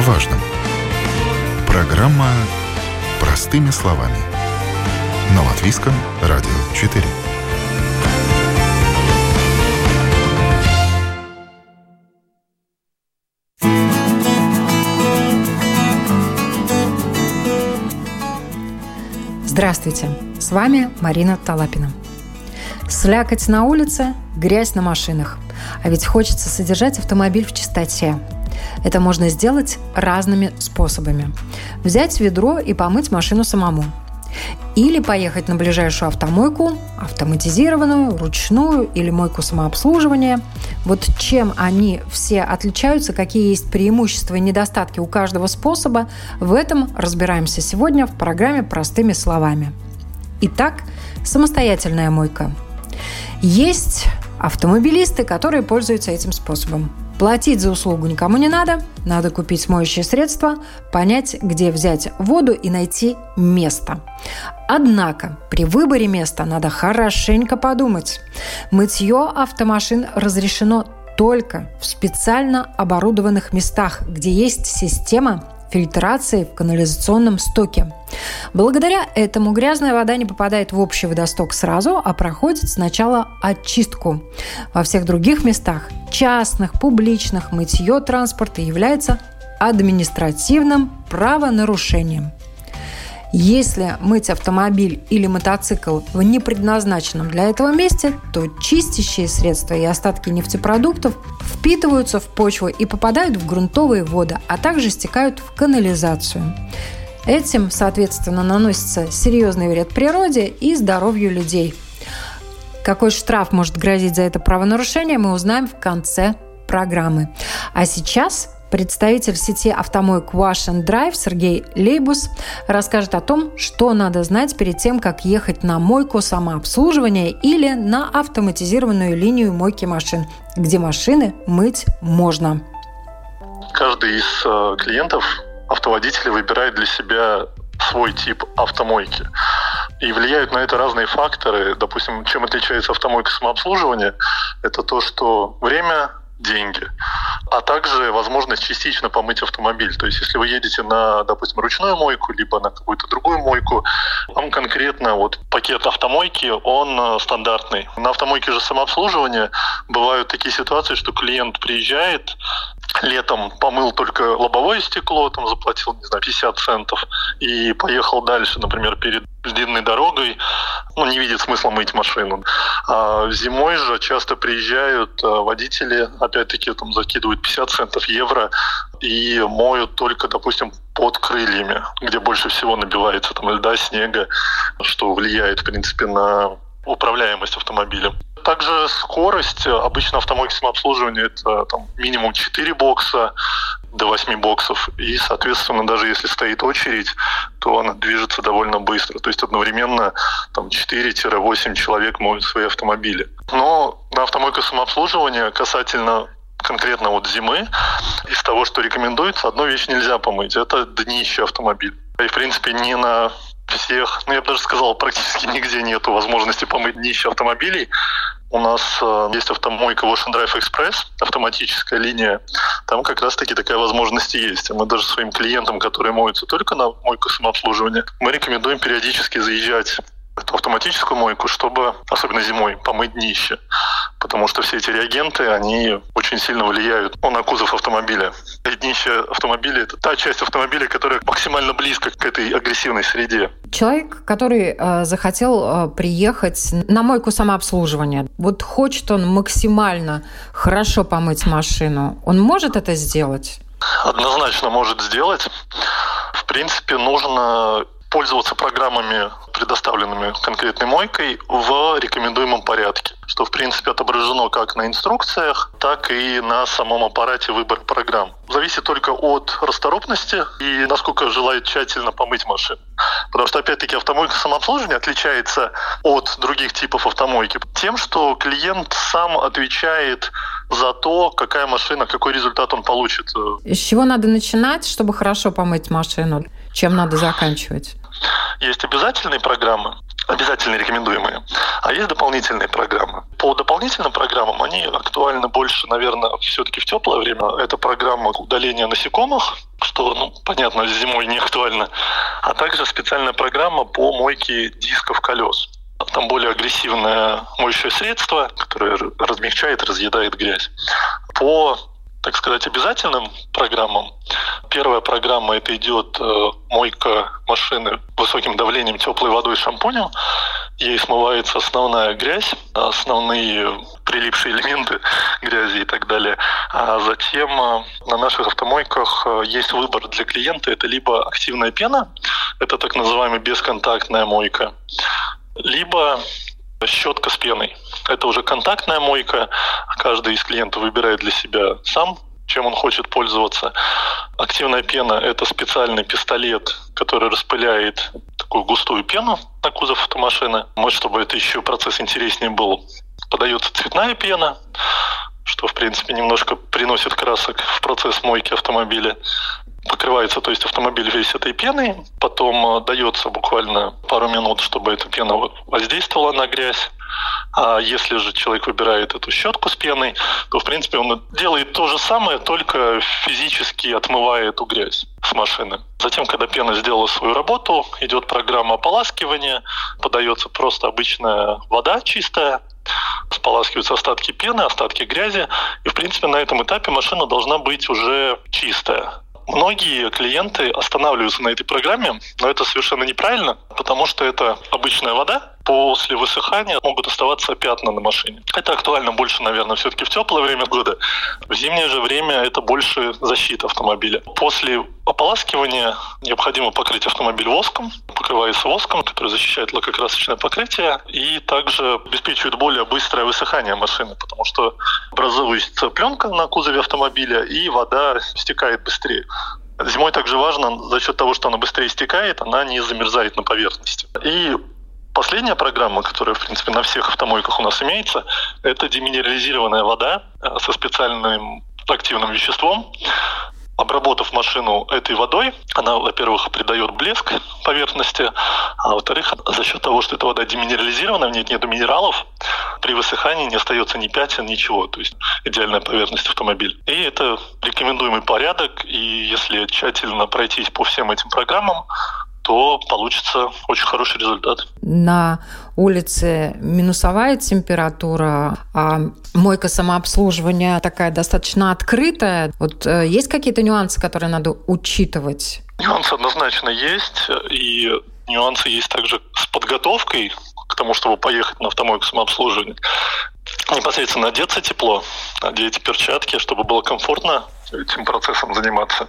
важном. Программа «Простыми словами» на Латвийском радио 4. Здравствуйте, с вами Марина Талапина. Слякоть на улице, грязь на машинах. А ведь хочется содержать автомобиль в чистоте. Это можно сделать разными способами. Взять ведро и помыть машину самому. Или поехать на ближайшую автомойку, автоматизированную, ручную или мойку самообслуживания. Вот чем они все отличаются, какие есть преимущества и недостатки у каждого способа, в этом разбираемся сегодня в программе «Простыми словами». Итак, самостоятельная мойка. Есть автомобилисты, которые пользуются этим способом. Платить за услугу никому не надо, надо купить моющие средства, понять, где взять воду и найти место. Однако при выборе места надо хорошенько подумать. Мытье автомашин разрешено только в специально оборудованных местах, где есть система фильтрации в канализационном стоке. Благодаря этому грязная вода не попадает в общий водосток сразу, а проходит сначала очистку. Во всех других местах, частных, публичных, мытье транспорта является административным правонарушением. Если мыть автомобиль или мотоцикл в непредназначенном для этого месте, то чистящие средства и остатки нефтепродуктов впитываются в почву и попадают в грунтовые воды, а также стекают в канализацию. Этим, соответственно, наносится серьезный вред природе и здоровью людей. Какой штраф может грозить за это правонарушение, мы узнаем в конце программы. А сейчас представитель сети автомоек Wash and Drive Сергей Лейбус расскажет о том, что надо знать перед тем, как ехать на мойку самообслуживания или на автоматизированную линию мойки машин, где машины мыть можно. Каждый из клиентов, автоводителей, выбирает для себя свой тип автомойки. И влияют на это разные факторы. Допустим, чем отличается автомойка самообслуживания, это то, что время, деньги, а также возможность частично помыть автомобиль. То есть, если вы едете на, допустим, ручную мойку, либо на какую-то другую мойку, там конкретно вот пакет автомойки, он стандартный. На автомойке же самообслуживания бывают такие ситуации, что клиент приезжает, летом помыл только лобовое стекло, там заплатил, не знаю, 50 центов и поехал дальше, например, перед длинной дорогой, не видит смысла мыть машину. А зимой же часто приезжают водители, опять-таки там закидывают 50 центов, евро и моют только, допустим, под крыльями, где больше всего набивается там льда, снега, что влияет, в принципе, на управляемость автомобиля. Также скорость. Обычно автомойки самообслуживания это там, минимум 4 бокса до 8 боксов. И, соответственно, даже если стоит очередь, то она движется довольно быстро. То есть одновременно там, 4-8 человек моют свои автомобили. Но на автомойках самообслуживания касательно конкретно вот зимы, из того, что рекомендуется, одну вещь нельзя помыть. Это днище автомобиля. И, в принципе, не на всех, я бы даже сказал, практически нигде нету возможности помыть днище автомобилей. У нас есть автомойка Wash and Drive Express, автоматическая линия. Там как раз-таки такая возможность есть. Мы даже своим клиентам, которые моются только на мойку самообслуживания, мы рекомендуем периодически заезжать в эту автоматическую мойку, чтобы, особенно зимой, помыть днище. Потому что все эти реагенты, они очень сильно влияют на кузов автомобиля. И днище автомобиля – это та часть автомобиля, которая максимально близка к этой агрессивной среде. Человек, который захотел приехать на мойку самообслуживания, вот хочет он максимально хорошо помыть машину, он может это сделать? Однозначно может сделать. В принципе, нужно пользоваться программами, предоставленными конкретной мойкой, в рекомендуемом порядке, что, в принципе, отображено как на инструкциях, так и на самом аппарате выбора программ. Зависит только от расторопности и насколько желает тщательно помыть машину. Потому что, опять-таки, автомойка самообслуживания отличается от других типов автомойки тем, что клиент сам отвечает за то, какая машина, какой результат он получит. С чего надо начинать, чтобы хорошо помыть машину? Чем надо заканчивать? Есть обязательные программы, обязательно рекомендуемые, а есть дополнительные программы. По дополнительным программам они актуальны больше, наверное, все-таки в теплое время. Это программа удаления насекомых, что, понятно, зимой не актуально, а также специальная программа по мойке дисков колес. Там более агрессивное моющее средство, которое размягчает, разъедает грязь. По, так сказать, обязательным программам. Первая программа — это идет мойка машины высоким давлением теплой водой и шампунем. Ей смывается основная грязь, основные прилипшие элементы грязи и так далее. А затем на наших автомойках есть выбор для клиента. Это либо активная пена, это так называемая бесконтактная мойка, либо щетка с пеной. Это уже контактная мойка. Каждый из клиентов выбирает для себя сам, чем он хочет пользоваться. Активная пена — это специальный пистолет, который распыляет такую густую пену на кузов автомашины. Чтобы это еще процесс интереснее был, подается цветная пена, что, в принципе, немножко приносит красок в процесс мойки автомобиля. Покрывается, то есть автомобиль весь этой пеной, потом дается буквально пару минут, чтобы эта пена воздействовала на грязь. А если же человек выбирает эту щетку с пеной, то, в принципе, он делает то же самое, только физически отмывая эту грязь с машины. Затем, когда пена сделала свою работу, идет программа ополаскивания, подается просто обычная вода чистая, споласкиваются остатки пены, остатки грязи, и, в принципе, на этом этапе машина должна быть уже чистая. Многие клиенты останавливаются на этой программе, но это совершенно неправильно, потому что это обычная вода. После высыхания могут оставаться пятна на машине. Это актуально больше, наверное, все-таки в теплое время года. В зимнее же время это больше защита автомобиля. После ополаскивания необходимо покрыть автомобиль воском. Покрывается воском, который защищает лакокрасочное покрытие и также обеспечивает более быстрое высыхание машины, потому что образуется пленка на кузове автомобиля и вода стекает быстрее. Зимой также важно, за счет того, что она быстрее стекает, она не замерзает на поверхности. И последняя программа, которая, в принципе, на всех автомойках у нас имеется, это деминерализированная вода со специальным активным веществом. Обработав машину этой водой, она, во-первых, придает блеск поверхности, а во-вторых, за счет того, что эта вода деминерализирована, в ней нет минералов, при высыхании не остается ни пятен, ничего. То есть идеальная поверхность автомобиля. И это рекомендуемый порядок, и если тщательно пройтись по всем этим программам, то получится очень хороший результат. На улице минусовая температура, а мойка самообслуживания такая достаточно открытая. Есть какие-то нюансы, которые надо учитывать? Нюансы однозначно есть, и нюансы есть также с подготовкой к тому, чтобы поехать на автомойку самообслуживания. Непосредственно одеться тепло, надеть перчатки, чтобы было комфортно этим процессом заниматься.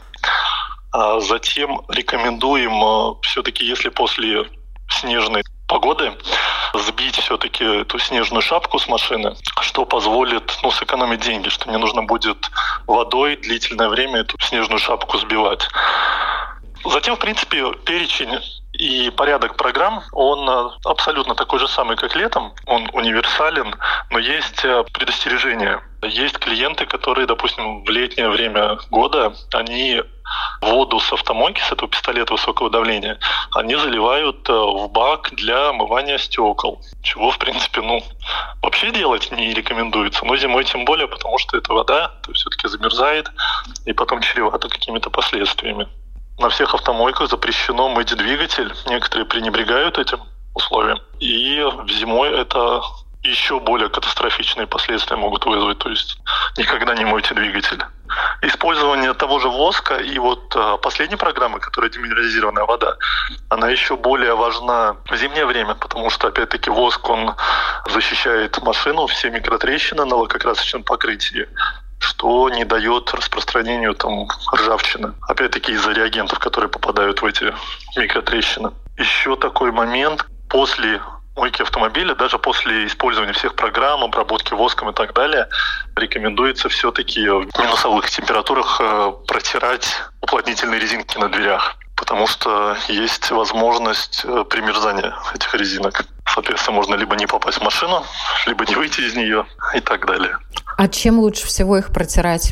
А затем рекомендуем все-таки, если после снежной погоды, сбить все-таки эту снежную шапку с машины, что позволит сэкономить деньги, что не нужно будет водой длительное время эту снежную шапку сбивать. Затем, в принципе, перечень и порядок программ, он абсолютно такой же самый, как летом. Он универсален, но есть предостережения. Есть клиенты, которые, допустим, в летнее время года, они воду с автомойки, с этого пистолета высокого давления, они заливают в бак для омывания стекол. Чего, в принципе, вообще делать не рекомендуется. Но зимой тем более, потому что эта вода все-таки замерзает и потом чревата какими-то последствиями. На всех автомойках запрещено мыть двигатель. Некоторые пренебрегают этим условием. И зимой это еще более катастрофичные последствия могут вызвать. То есть никогда не мойте двигатель. Использование того же воска и последней программы, которая деминерализированная вода, она еще более важна в зимнее время, потому что, опять-таки, воск, он защищает машину, все микротрещины на лакокрасочном покрытии, что не дает распространению ржавчины. Опять-таки из-за реагентов, которые попадают в эти микротрещины. Еще такой момент. После мойки автомобиля, даже после использования всех программ, обработки воском и так далее, рекомендуется все-таки в минусовых температурах протирать уплотнительные резинки на дверях, потому что есть возможность примерзания этих резинок. Соответственно, можно либо не попасть в машину, либо не выйти из нее и так далее. А чем лучше всего их протирать?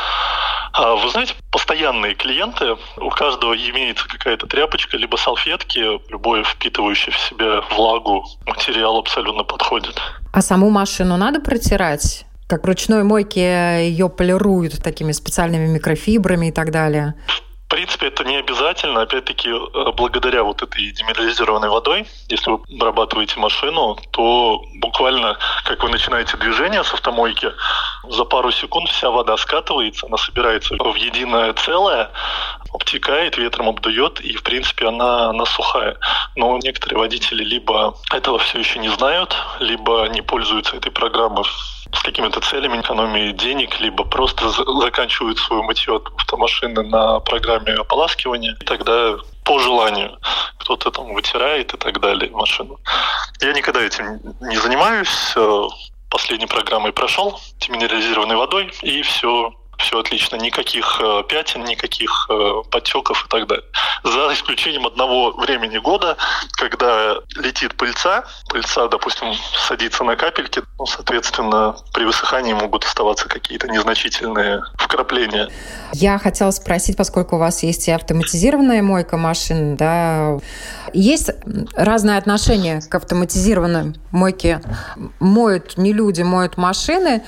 Вы знаете, постоянные клиенты, у каждого имеется какая-то тряпочка, либо салфетки, любой впитывающий в себя влагу материал абсолютно подходит. А саму машину надо протирать? Как в ручной мойке ее полируют такими специальными микрофибрами и так далее? В принципе, это не обязательно. Опять-таки, благодаря вот этой демиnerализированной водой, если вы обрабатываете машину, то буквально, как вы начинаете движение с автомойки, за пару секунд вся вода скатывается, она собирается в единое целое, обтекает, ветром обдует, и, в принципе, она сухая. Но некоторые водители либо этого все еще не знают, либо не пользуются этой программой с какими-то целями экономии денег, либо просто заканчивают свое мытье автомашины на программе ополаскивания. И тогда по желанию кто-то там вытирает и так далее машину. Я никогда этим не занимаюсь. Последней программой прошел деминерализированной водой, и все отлично. Никаких пятен, никаких подтеков и так далее. За исключением одного времени года, когда летит пыльца, допустим, садится на капельки, соответственно, при высыхании могут оставаться какие-то незначительные вкрапления. Я хотела спросить, поскольку у вас есть и автоматизированная мойка машин, да, есть разное отношение к автоматизированной мойке. Моют не люди, моют машины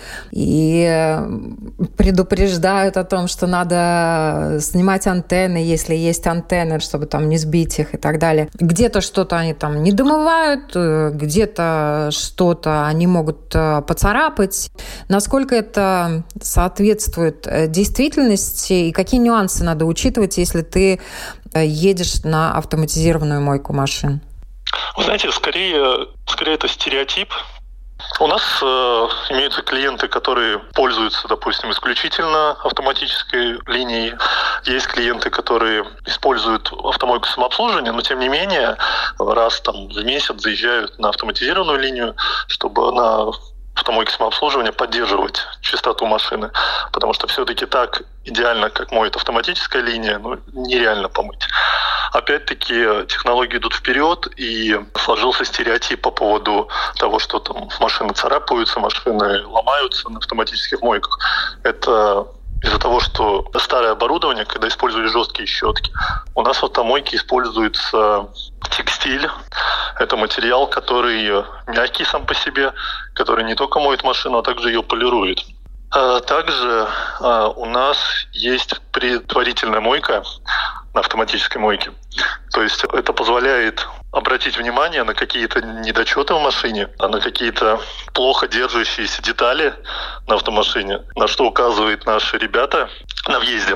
и предупреждают о том, что надо снимать антенны, если есть антенны, чтобы там не сбить их и так далее. Где-то что-то они там не домывают, где-то что-то они могут поцарапать. Насколько это соответствует действительности и какие нюансы надо учитывать, если ты едешь на автоматизированную мойку машин? Вы знаете, скорее это стереотип. У нас имеются клиенты, которые пользуются, допустим, исключительно автоматической линией. Есть клиенты, которые используют автомойку самообслуживания, но тем не менее раз там в месяц заезжают на автоматизированную линию, чтобы на автомойке самообслуживания поддерживать чистоту машины, потому что все-таки так идеально, как моет автоматическая линия, нереально помыть. Опять-таки технологии идут вперед, и сложился стереотип по поводу того, что там машины царапаются, машины ломаются на автоматических мойках. Это из-за того, что старое оборудование, когда использовали жесткие щетки, у нас в автомойке используется текстиль. Это материал, который мягкий сам по себе, который не только моет машину, а также ее полирует. Также у нас есть предварительная мойка на автоматической мойке. То есть это позволяет обратить внимание на какие-то недочеты в машине, на какие-то плохо держащиеся детали на автомашине, на что указывают наши ребята на въезде.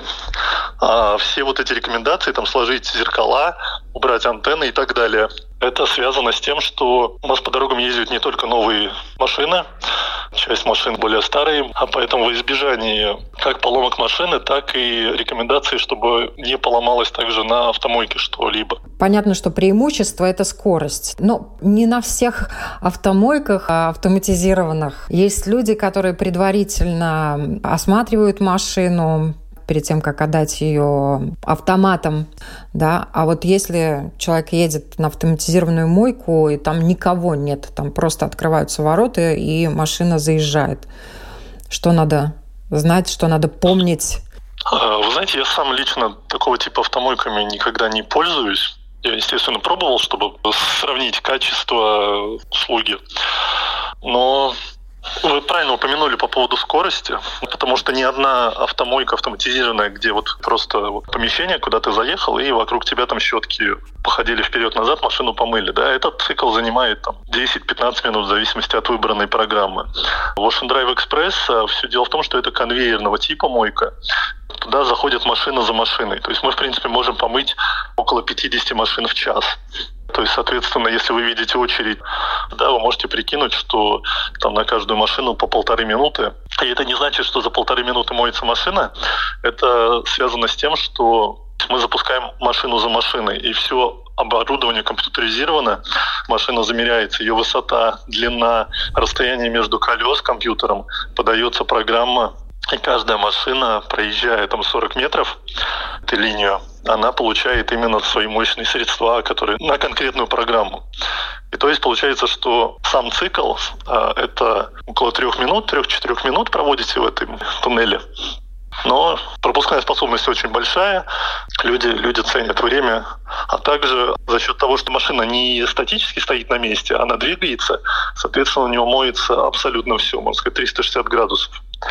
А все вот эти рекомендации, там сложить зеркала, убрать антенны и так далее, это связано с тем, что у нас по дорогам ездят не только новые машины, часть машин более старые, а поэтому во избежание как поломок машины, так и рекомендаций, чтобы не поломалось также на автомойке что-либо. Понятно, что преимущество – это скорость. Но не на всех автомойках автоматизированных. Есть люди, которые предварительно осматривают машину перед тем, как отдать ее автоматом, да, а вот если человек едет на автоматизированную мойку, и там никого нет, там просто открываются ворота, и машина заезжает. Что надо знать, что надо помнить? Вы знаете, я сам лично такого типа автомойками никогда не пользуюсь. Я, естественно, пробовал, чтобы сравнить качество услуги, но вы правильно упомянули по поводу скорости, потому что ни одна автомойка автоматизированная, где вот просто помещение, куда ты заехал, и вокруг тебя там щетки походили вперед-назад, машину помыли. Да? Этот цикл занимает там 10-15 минут в зависимости от выбранной программы. Wash and Drive Express, все дело в том, что это конвейерного типа мойка. Туда заходит машина за машиной. То есть мы, в принципе, можем помыть около 50 машин в час. То есть, соответственно, если вы видите очередь, да, вы можете прикинуть, что там на каждую машину по 1,5 минуты. И это не значит, что за 1,5 минуты моется машина. Это связано с тем, что мы запускаем машину за машиной, и все оборудование компьютеризировано, машина замеряется, ее высота, длина, расстояние между колес компьютером, подается программа, и каждая машина, проезжая там 40 метров, эту линию, она получает именно свои мощные средства, которые на конкретную программу. И то есть получается, что сам цикл это около 3 минут, 3-4 минут проводите в этом туннеле. Но пропускная способность очень большая, люди ценят время, а также за счет того, что машина не статически стоит на месте, она двигается, соответственно, у нее моется абсолютно все, можно сказать, 360 градусов.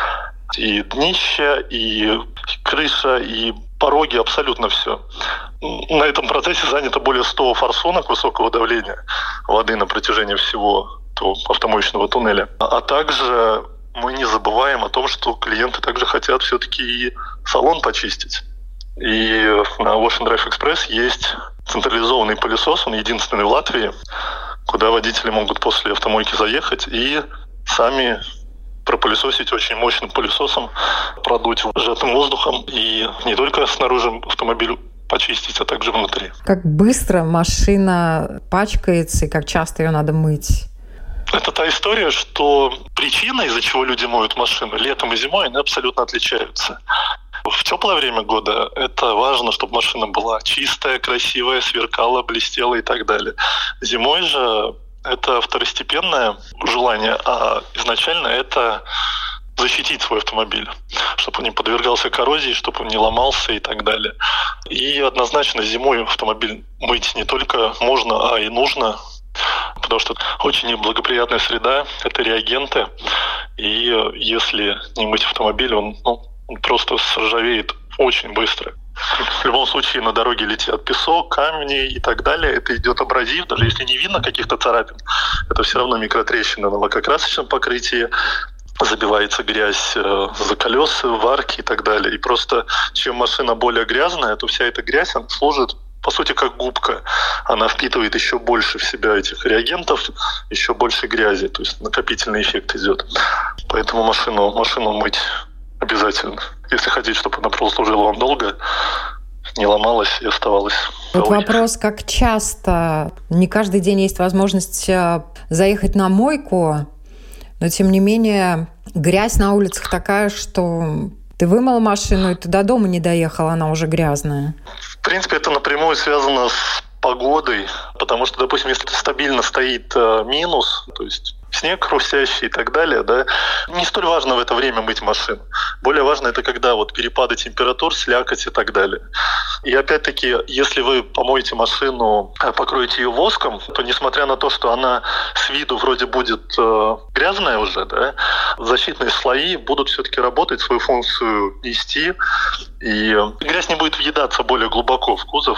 И днище, и крыша, и пороги, абсолютно все. На этом процессе занято более 100 форсунок высокого давления воды на протяжении всего автомоечного туннеля. А также мы не забываем о том, что клиенты также хотят все-таки и салон почистить. И на Wash and Drive Express есть централизованный пылесос, он единственный в Латвии, куда водители могут после автомойки заехать и сами пропылесосить очень мощным пылесосом, продуть сжатым воздухом и не только снаружи автомобиля почистить, а также внутри. Как быстро машина пачкается и как часто ее надо мыть? Это та история, что причина, из-за чего люди моют машину, летом и зимой, они абсолютно отличаются. В теплое время года это важно, чтобы машина была чистая, красивая, сверкала, блестела и так далее. Зимой же это второстепенное желание, а изначально это защитить свой автомобиль, чтобы он не подвергался коррозии, чтобы он не ломался и так далее. И однозначно зимой автомобиль мыть не только можно, а и нужно, потому что очень неблагоприятная среда, это реагенты, и если не мыть автомобиль, он просто сржавеет очень быстро. В любом случае на дороге летят песок, камни и так далее. Это идет абразив, даже если не видно каких-то царапин, это все равно микротрещины на лакокрасочном покрытии, забивается грязь за колеса, в арки и так далее. И просто чем машина более грязная, то вся эта грязь она служит по сути как губка. Она впитывает еще больше в себя этих реагентов, еще больше грязи, то есть накопительный эффект идет. Поэтому машину мыть обязательно. Если хотите, чтобы она прослужила вам долго, не ломалась и оставалась. Вот вопрос, как часто? Не каждый день есть возможность заехать на мойку, но тем не менее грязь на улицах такая, что ты вымыл машину, и ты до дома не доехал, она уже грязная. В принципе, это напрямую связано с погодой, потому что, допустим, если стабильно стоит минус, то есть снег хрустящий и так далее, да, не столь важно в это время мыть машину. Более важно это когда перепады температур, слякоть и так далее. И опять-таки, если вы помоете машину, покроете ее воском, то несмотря на то, что она с виду вроде будет грязная уже, да, защитные слои будут все-таки работать, свою функцию нести, и грязь не будет въедаться более глубоко в кузов,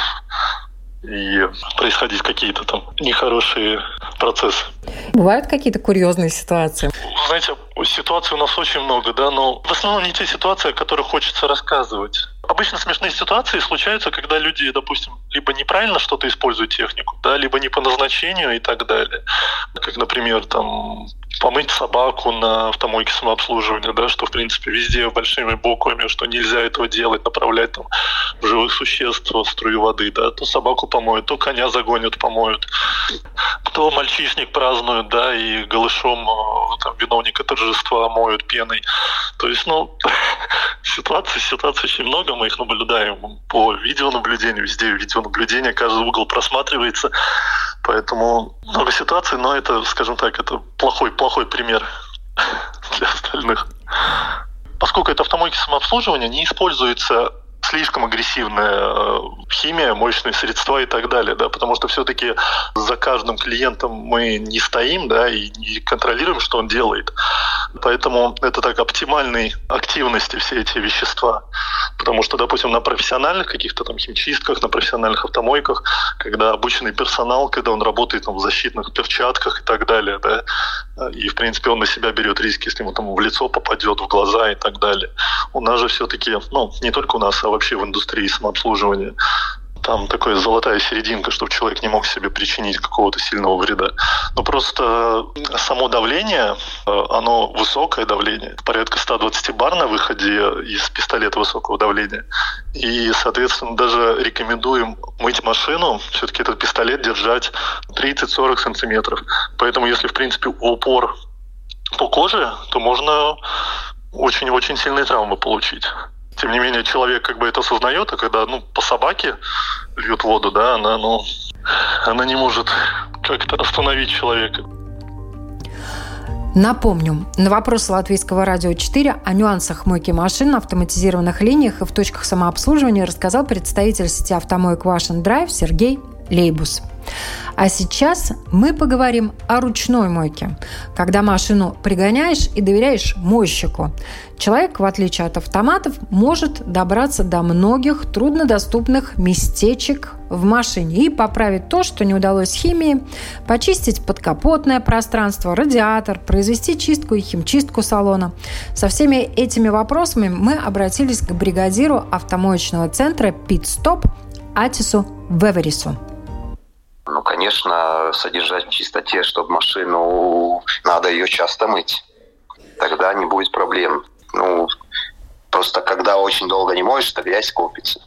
и происходить какие-то там нехорошие процессы. Бывают какие-то курьезные ситуации? Знаете, ситуаций у нас очень много, да, но в основном не те ситуации, о которых хочется рассказывать. Обычно смешные ситуации случаются, когда люди, допустим, либо неправильно что-то используют технику, да, либо не по назначению и так далее. Как, например, там помыть собаку на автомойке самообслуживания, да, что, в принципе, везде большими буквами, что нельзя этого делать, направлять там в живых существ струю воды, да, то собаку помоют, то коня загонят, помоют, то мальчишник празднуют, да, и голышом там виновника торжества моют пеной. То есть, ситуаций очень много, мы их наблюдаем по видеонаблюдению, везде видеонаблюдение, каждый угол просматривается, поэтому много ситуаций, но это, скажем так, это плохой пример для остальных. Поскольку это автомойки самообслуживания, не используется слишком агрессивная химия, мощные средства и так далее, да, потому что все-таки за каждым клиентом мы не стоим, да, и не контролируем, что он делает. Поэтому это так оптимальной активности все эти вещества. Потому что, допустим, на профессиональных каких-то там химчистках, на профессиональных автомойках, когда обученный персонал, когда он работает там в защитных перчатках и так далее, да, и, в принципе, он на себя берет риски, если ему там в лицо попадет, в глаза и так далее. У нас же все-таки, не только у нас, а вообще в индустрии самообслуживания, там такая золотая серединка, чтобы человек не мог себе причинить какого-то сильного вреда. Но просто само давление, оно высокое давление, порядка 120 бар на выходе из пистолета высокого давления. И, соответственно, даже рекомендуем мыть машину, все-таки этот пистолет держать 30-40 сантиметров. Поэтому, если, в принципе, упор по коже, то можно очень-очень сильные травмы получить. Тем не менее, человек как бы это осознает, а когда по собаке льют воду, да, она не может как-то остановить человека. Напомню, на вопросы Латвийского радио 4 о нюансах мойки машин на автоматизированных линиях и в точках самообслуживания рассказал представитель сети автомоек Wash and Drive Сергей Лейбус. А сейчас мы поговорим о ручной мойке, когда машину пригоняешь и доверяешь мойщику. Человек, в отличие от автоматов, может добраться до многих труднодоступных местечек в машине и поправить то, что не удалось химии, почистить подкапотное пространство, радиатор, произвести чистку и химчистку салона. Со всеми этими вопросами мы обратились к бригадиру автомоечного центра «Пит-стоп» Атису Веверису. Конечно, содержать в чистоте, чтобы машину, надо ее часто мыть. Тогда не будет проблем. Просто когда очень долго не моешь, то грязь копится.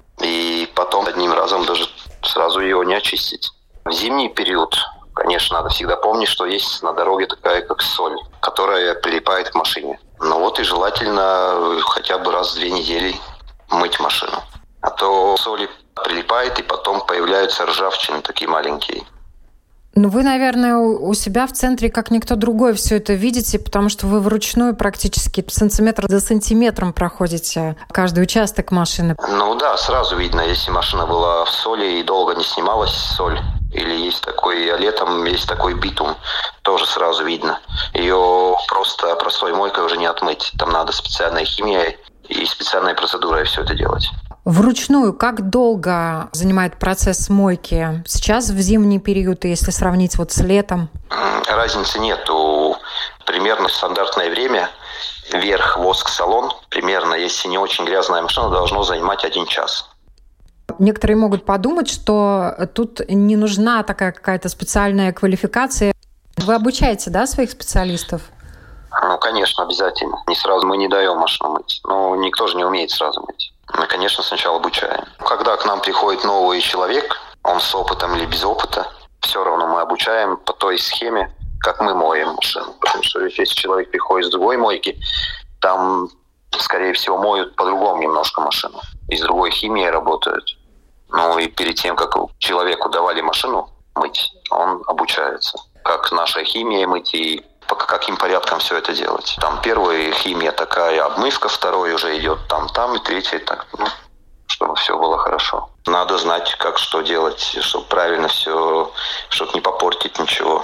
И потом одним разом даже сразу ее не очистить. В зимний период, конечно, надо всегда помнить, что есть на дороге такая, как соль, которая прилипает к машине. И желательно хотя бы раз в 2 недели мыть машину. А то соли прилипает, и потом появляются ржавчины такие маленькие. Вы, наверное, у себя в центре, как никто другой, все это видите, потому что вы вручную практически сантиметр за сантиметром проходите каждый участок машины. Да, сразу видно, если машина была в соли и долго не снималась соль. Или есть такой, летом есть такой битум, тоже сразу видно. Ее просто простой мойкой уже не отмыть. Там надо специальная химия и специальной процедурой все это делать. Вручную как долго занимает процесс мойки сейчас в зимний период, если сравнить с летом? Разницы нету. Примерно стандартное время верх воск-салон, примерно, если не очень грязная машина, должно занимать 1 час. Некоторые могут подумать, что тут не нужна такая какая-то специальная квалификация. Вы обучаете, своих специалистов? Конечно, обязательно. Не сразу мы не даем машину мыть. Никто же не умеет сразу мыть. Мы, конечно, сначала обучаем. Когда к нам приходит новый человек, он с опытом или без опыта, все равно мы обучаем по той схеме, как мы моем машину. Потому что если человек приходит с другой мойки, там, скорее всего, моют по-другому немножко машину. И с другой химией работают. И перед тем, как человеку давали машину мыть, он обучается. Как наша химия мыть и по каким порядкам все это делать. Там первая химия такая, обмывка, второй уже идет там, и третья так, чтобы все было хорошо. Надо знать, как что делать, чтобы правильно все, чтобы не попортить ничего.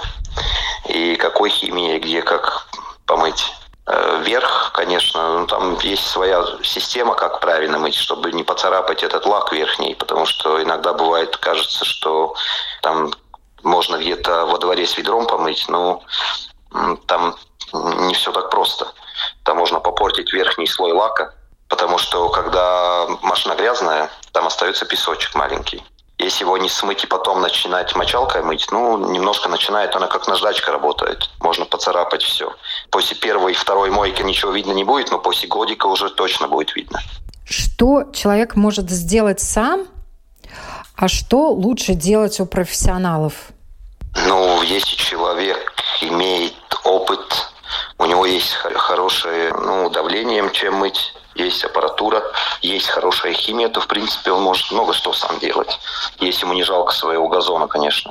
И какой химией, где, как помыть. Верх, конечно, там есть своя система, как правильно мыть, чтобы не поцарапать этот лак верхний, потому что иногда бывает, кажется, что там можно где-то во дворе с ведром помыть, там не все так просто. Там можно попортить верхний слой лака, потому что когда машина грязная, там остается песочек маленький. Если его не смыть и потом начинать мочалкой мыть, немножко начинает, она как наждачка работает. Можно поцарапать все. После первой и второй мойки ничего видно не будет, но после годика уже точно будет видно. Что человек может сделать сам, а что лучше делать у профессионалов? Если человек имеет опыт, у него есть хорошее давление, чем мыть, есть аппаратура, есть хорошая химия, то, в принципе, он может много что сам делать, если ему не жалко своего газона, конечно.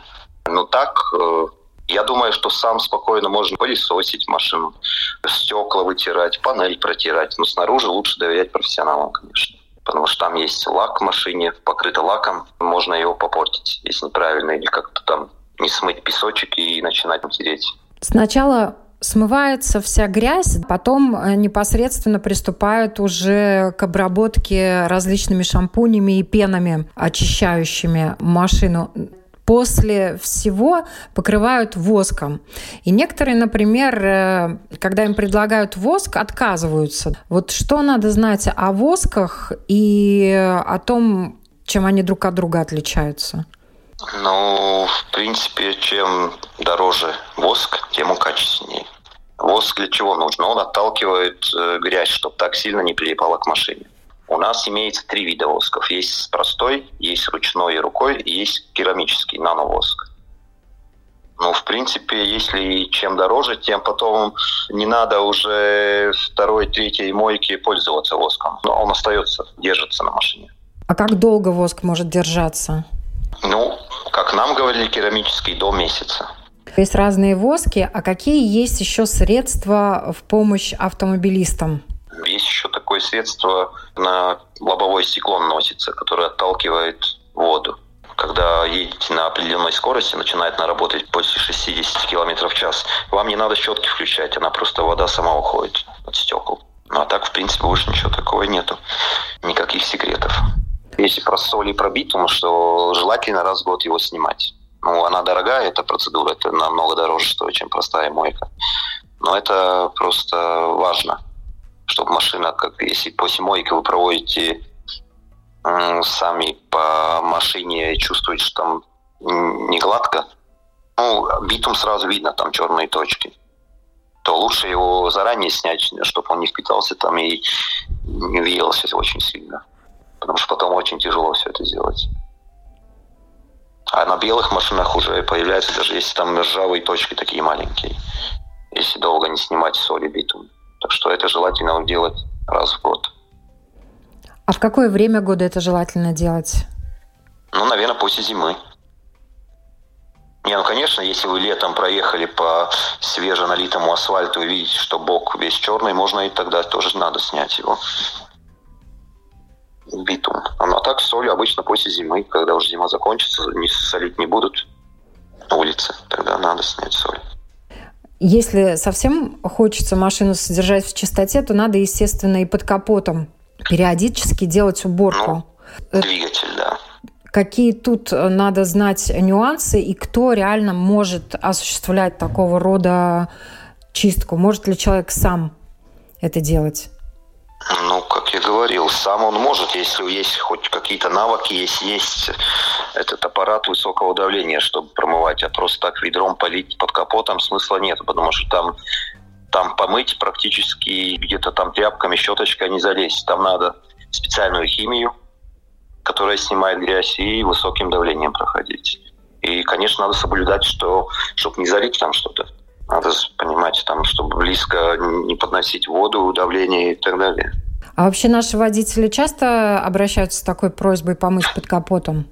Я думаю, что сам спокойно можно пылесосить машину, стекла вытирать, панель протирать, но снаружи лучше доверять профессионалам, конечно. Потому что там есть лак в машине, покрыто лаком, можно его попортить, если неправильно, или как-то там не смыть песочек и начинать тереть. Сначала смывается вся грязь, потом непосредственно приступают уже к обработке различными шампунями и пенами, очищающими машину. После всего покрывают воском. И некоторые, например, когда им предлагают воск, отказываются. Что надо знать о восках и о том, чем они друг от друга отличаются? В принципе, чем дороже воск, тем он качественнее. Воск для чего нужен? Он отталкивает грязь, чтобы так сильно не прилипала к машине. У нас имеется 3 вида восков. Есть простой, есть ручной и рукой, и есть керамический нановоск. В принципе, если чем дороже, тем потом не надо уже 2-й, 3-й мойки пользоваться воском. Но он остается, держится на машине. А как долго воск может держаться? Как нам говорили, керамический до месяца. Есть разные воски, а какие есть еще средства в помощь автомобилистам? Есть еще такое средство, на лобовое стекло наносится, которое отталкивает воду. Когда едете на определенной скорости, начинает она работать после 60 км в час, вам не надо щетки включать, она просто вода сама уходит от стекол. Ну а так, в принципе, больше ничего такого нету. Никаких секретов. Если про соль и про битум, что желательно раз в год его снимать. Ну, она дорогая, эта процедура, это намного дороже стоит, чем простая мойка. Но это просто важно, чтобы машина, как если после мойки вы проводите сами по машине, чувствуете, что там не гладко, ну, битум сразу видно, там черные точки, то лучше его заранее снять, чтобы он не впитался там и не въелся очень сильно. Потому что потом очень тяжело все это сделать. А на белых машинах уже появляются, даже если там ржавые точки такие маленькие, если долго не снимать соль и битум. Так что это желательно делать раз в год. А в какое время года это желательно делать? Ну, наверное, после зимы. Не, ну, конечно, если вы летом проехали по свеженалитому асфальту и видите, что бок весь черный, можно и тогда тоже надо снять его. Битум. А так соль обычно после зимы, когда уже зима закончится, не солить не будут на улице, тогда надо снять соль. Если совсем хочется машину содержать в чистоте, то надо, естественно, и под капотом периодически делать уборку. Ну, двигатель, да. Какие тут надо знать нюансы и кто реально может осуществлять такого рода чистку? Может ли человек сам это делать? Ну, как я говорил, сам он может, если есть хоть какие-то навыки, если есть этот аппарат высокого давления, чтобы промывать, а просто так ведром полить под капотом смысла нет, потому что там помыть практически где-то там тряпками, щеточкой не залезть. Там надо специальную химию, которая снимает грязь, и высоким давлением проходить. И, конечно, надо соблюдать, чтобы не залить там что-то. Надо понимать, там, чтобы близко не подносить воду, давление и так далее. А вообще наши водители часто обращаются с такой просьбой помыть под капотом?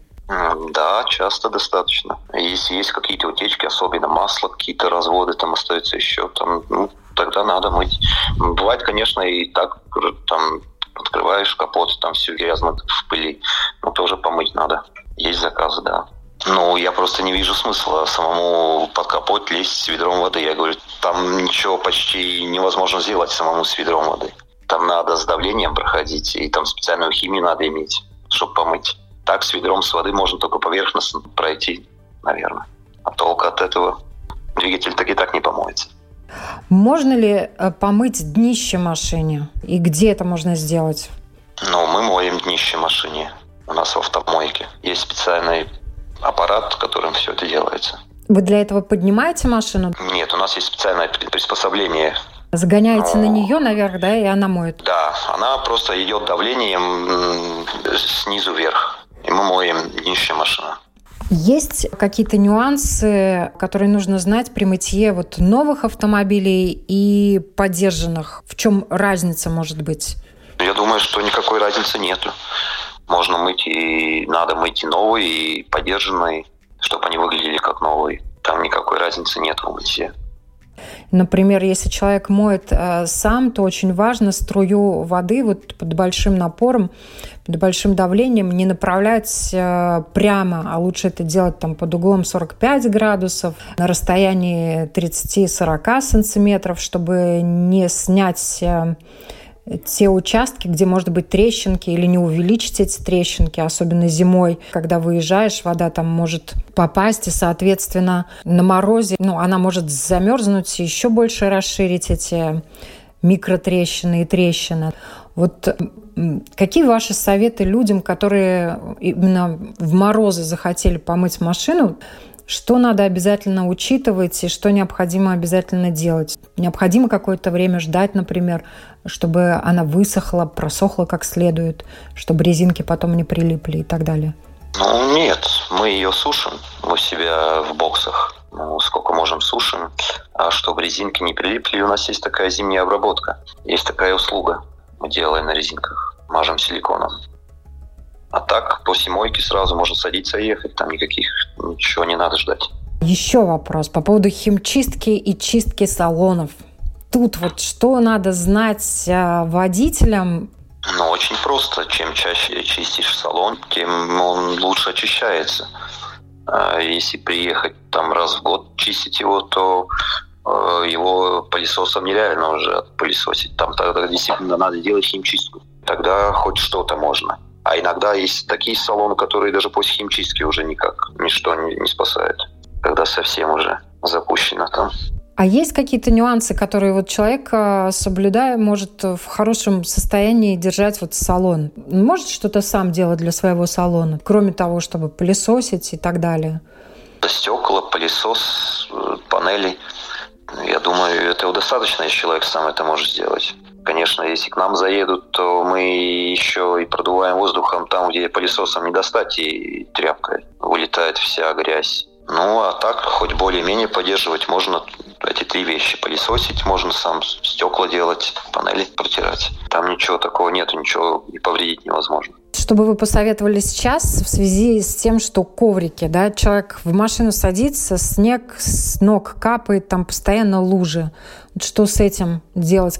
Да, часто достаточно. Если есть какие-то утечки, особенно масло, какие-то разводы там остаются еще, там, ну, тогда надо мыть. Бывает, конечно, и так, там, открываешь капот, там все грязно в пыли, но тоже помыть надо. Есть заказы, да. Ну, я просто не вижу смысла самому под капот лезть с ведром воды. Я говорю, там ничего почти невозможно сделать самому с ведром воды. Там надо с давлением проходить, и там специальную химию надо иметь, чтобы помыть. Так с ведром с воды можно только поверхностно пройти, наверное. А толку от этого двигатель так и так не помоется. Можно ли помыть днище машине? И где это можно сделать? Ну, мы моем днище машине. У нас в автомойке есть специальный аппарат, которым все это делается. Вы для этого поднимаете машину? Нет, у нас есть специальное приспособление. Загоняете на нее наверх, да, и она моет? Да, она просто идет давлением снизу вверх. И мы моем днище машины. Есть какие-то нюансы, которые нужно знать при мытье вот новых автомобилей и подержанных? В чем разница может быть? Я думаю, что никакой разницы нету. Можно мыть и надо мыть и новые, и подержанные, чтобы они выглядели как новые. Там никакой разницы нет в мытье. Например, если человек моет сам, то очень важно струю воды вот под большим напором, под большим давлением не направлять прямо, а лучше это делать там под углом 45 градусов, на расстоянии 30-40 сантиметров, чтобы не снять те участки, где, может быть, трещинки, или не увеличить эти трещинки, особенно зимой, когда выезжаешь, вода там может попасть, и, соответственно, на морозе, она может замерзнуть и еще больше расширить эти микротрещины и трещины. Вот какие ваши советы людям, которые именно в морозы захотели помыть машину? Что надо обязательно учитывать и что необходимо обязательно делать? Необходимо какое-то время ждать, например, чтобы она высохла, просохла как следует, чтобы резинки потом не прилипли и так далее? Ну, нет, мы ее сушим у себя в боксах. Сколько можем сушим. А чтобы резинки не прилипли, у нас есть такая зимняя обработка. Есть такая услуга. Мы делаем на резинках. Мажем силиконом. А так, после мойки сразу можно садиться и ехать. Там ничего не надо ждать. Еще вопрос по поводу химчистки и чистки салонов. Тут вот что надо знать водителям? Очень просто. Чем чаще чистишь салон, тем он лучше очищается. Если приехать там раз в год чистить его, то его пылесосом нереально уже отпылесосить. Там тогда действительно надо делать химчистку. Тогда хоть что-то можно. А иногда есть такие салоны, которые даже после химчистки уже никак ничто не спасает. Когда совсем уже запущено там. А есть какие-то нюансы, которые вот человек, соблюдая, может в хорошем состоянии держать вот салон? Может что-то сам делать для своего салона, кроме того, чтобы пылесосить и так далее? Стекла, пылесос, панели. Я думаю, этого достаточно, если человек сам это может сделать. Конечно, если к нам заедут, то мы еще и продуваем воздухом там, где пылесосом не достать, и тряпкой вылетает вся грязь. А так, хоть более-менее поддерживать можно эти 3 вещи. Пылесосить, можно сам стекла делать, панели протирать. Там ничего такого нету, ничего и повредить невозможно. Что бы вы посоветовали сейчас в связи с тем, что коврики, да, человек в машину садится, снег с ног капает, там постоянно лужи. Что с этим делать?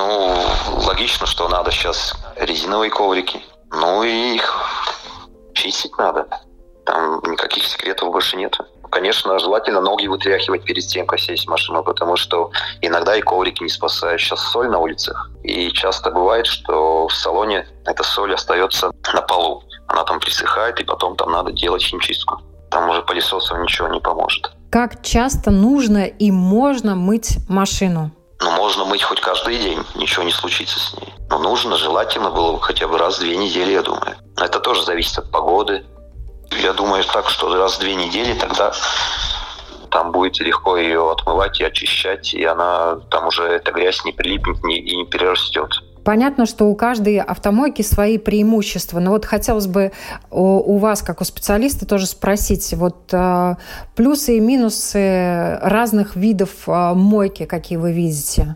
Логично, что надо сейчас резиновые коврики. И их чистить надо. Там никаких секретов больше нет. Конечно, желательно ноги вытряхивать перед тем, как сесть в машину, потому что иногда и коврики не спасают. Сейчас соль на улицах. И часто бывает, что в салоне эта соль остается на полу. Она там присыхает, и потом там надо делать химчистку. Там уже пылесосом ничего не поможет. Как часто нужно и можно мыть машину? Можно мыть хоть каждый день, ничего не случится с ней. Но нужно, желательно было бы хотя бы раз в 2 недели, я думаю. Это тоже зависит от погоды. Я думаю так, что раз в 2 недели тогда там будет легко ее отмывать и очищать, и она там уже эта грязь не прилипнет и не перерастет. Понятно, что у каждой автомойки свои преимущества, но вот хотелось бы у вас, как у специалиста, тоже спросить, вот плюсы и минусы разных видов мойки, какие вы видите?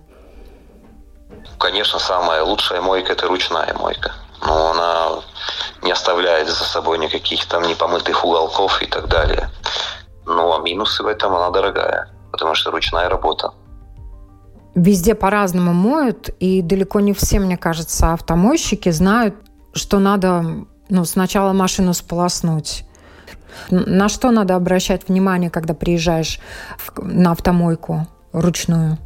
Конечно, самая лучшая мойка – это ручная мойка. Но она не оставляет за собой никаких там непомытых уголков и так далее. А минусы в этом – она дорогая, потому что ручная работа. Везде по-разному моют, и далеко не все, мне кажется, автомойщики знают, что надо сначала машину сполоснуть. На что надо обращать внимание, когда приезжаешь на автомойку ручную?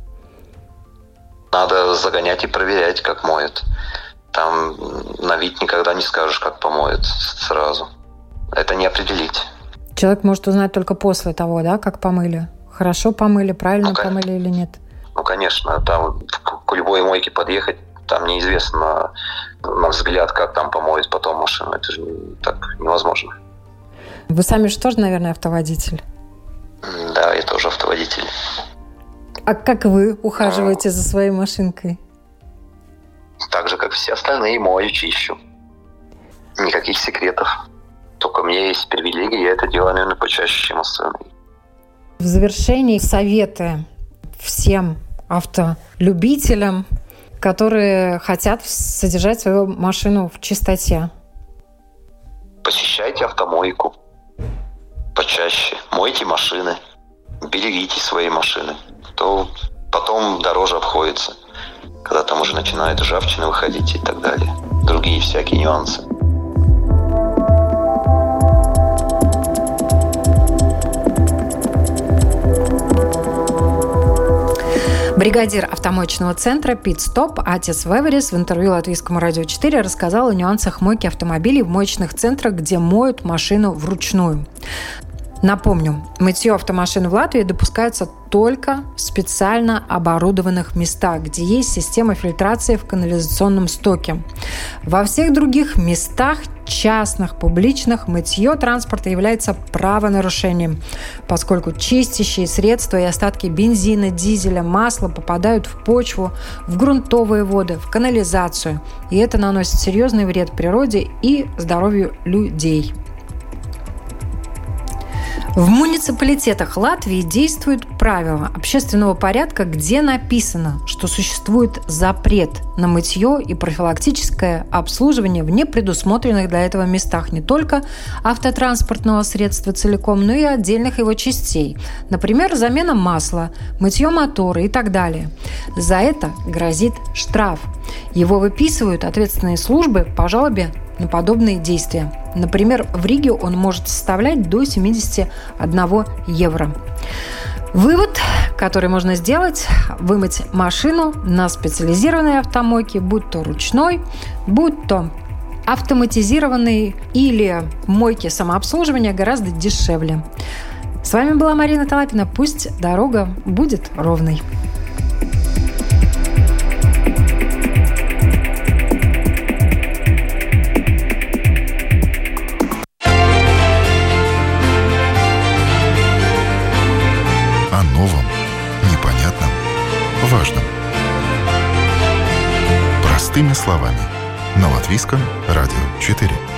Надо загонять и проверять, как моют. Там на вид никогда не скажешь, как помоют сразу. Это не определить. Человек может узнать только после того, да, как помыли? Хорошо помыли, правильно помыли или нет? Конечно, там к любой мойке подъехать, там неизвестно на взгляд, как там помоют потом машину. Это же так невозможно. Вы сами же тоже, наверное, автоводитель? Да, я тоже автоводитель. А как вы ухаживаете за своей машинкой? Так же, как все остальные, мою, чищу. Никаких секретов. Только у меня есть привилегия, я это делаю, наверное, почаще, чем остальные. В завершении советы всем автолюбителям, которые хотят содержать свою машину в чистоте. Посещайте автомойку почаще, мойте машины, берегите свои машины. То потом дороже обходится, когда там уже начинает ржавчина выходить и так далее. Другие всякие нюансы. Бригадир автомоечного центра «Пит-стоп» Атис Веверис в интервью Латвийскому радио 4 рассказал о нюансах мойки автомобилей в моечных центрах, где моют машину вручную. Напомню, мытье автомашин в Латвии допускается только в специально оборудованных местах, где есть система фильтрации в канализационном стоке. Во всех других местах, частных, публичных, мытье транспорта является правонарушением, поскольку чистящие средства и остатки бензина, дизеля, масла попадают в почву, в грунтовые воды, в канализацию, и это наносит серьезный вред природе и здоровью людей. В муниципалитетах Латвии действует правила общественного порядка, где написано, что существует запрет на мытье и профилактическое обслуживание в непредусмотренных для этого местах не только автотранспортного средства целиком, но и отдельных его частей. Например, замена масла, мытье мотора и так далее. За это грозит штраф. Его выписывают ответственные службы по жалобе на подобные действия. Например, в Риге он может составлять до 71 евро. Вывод, который можно сделать: вымыть машину на специализированной автомойке, будь то ручной, будь то автоматизированный или мойки самообслуживания, гораздо дешевле. С вами была Марина Талапина. Пусть дорога будет ровной. О новом, непонятном, важном. Простыми словами. На Латвийском радио 4.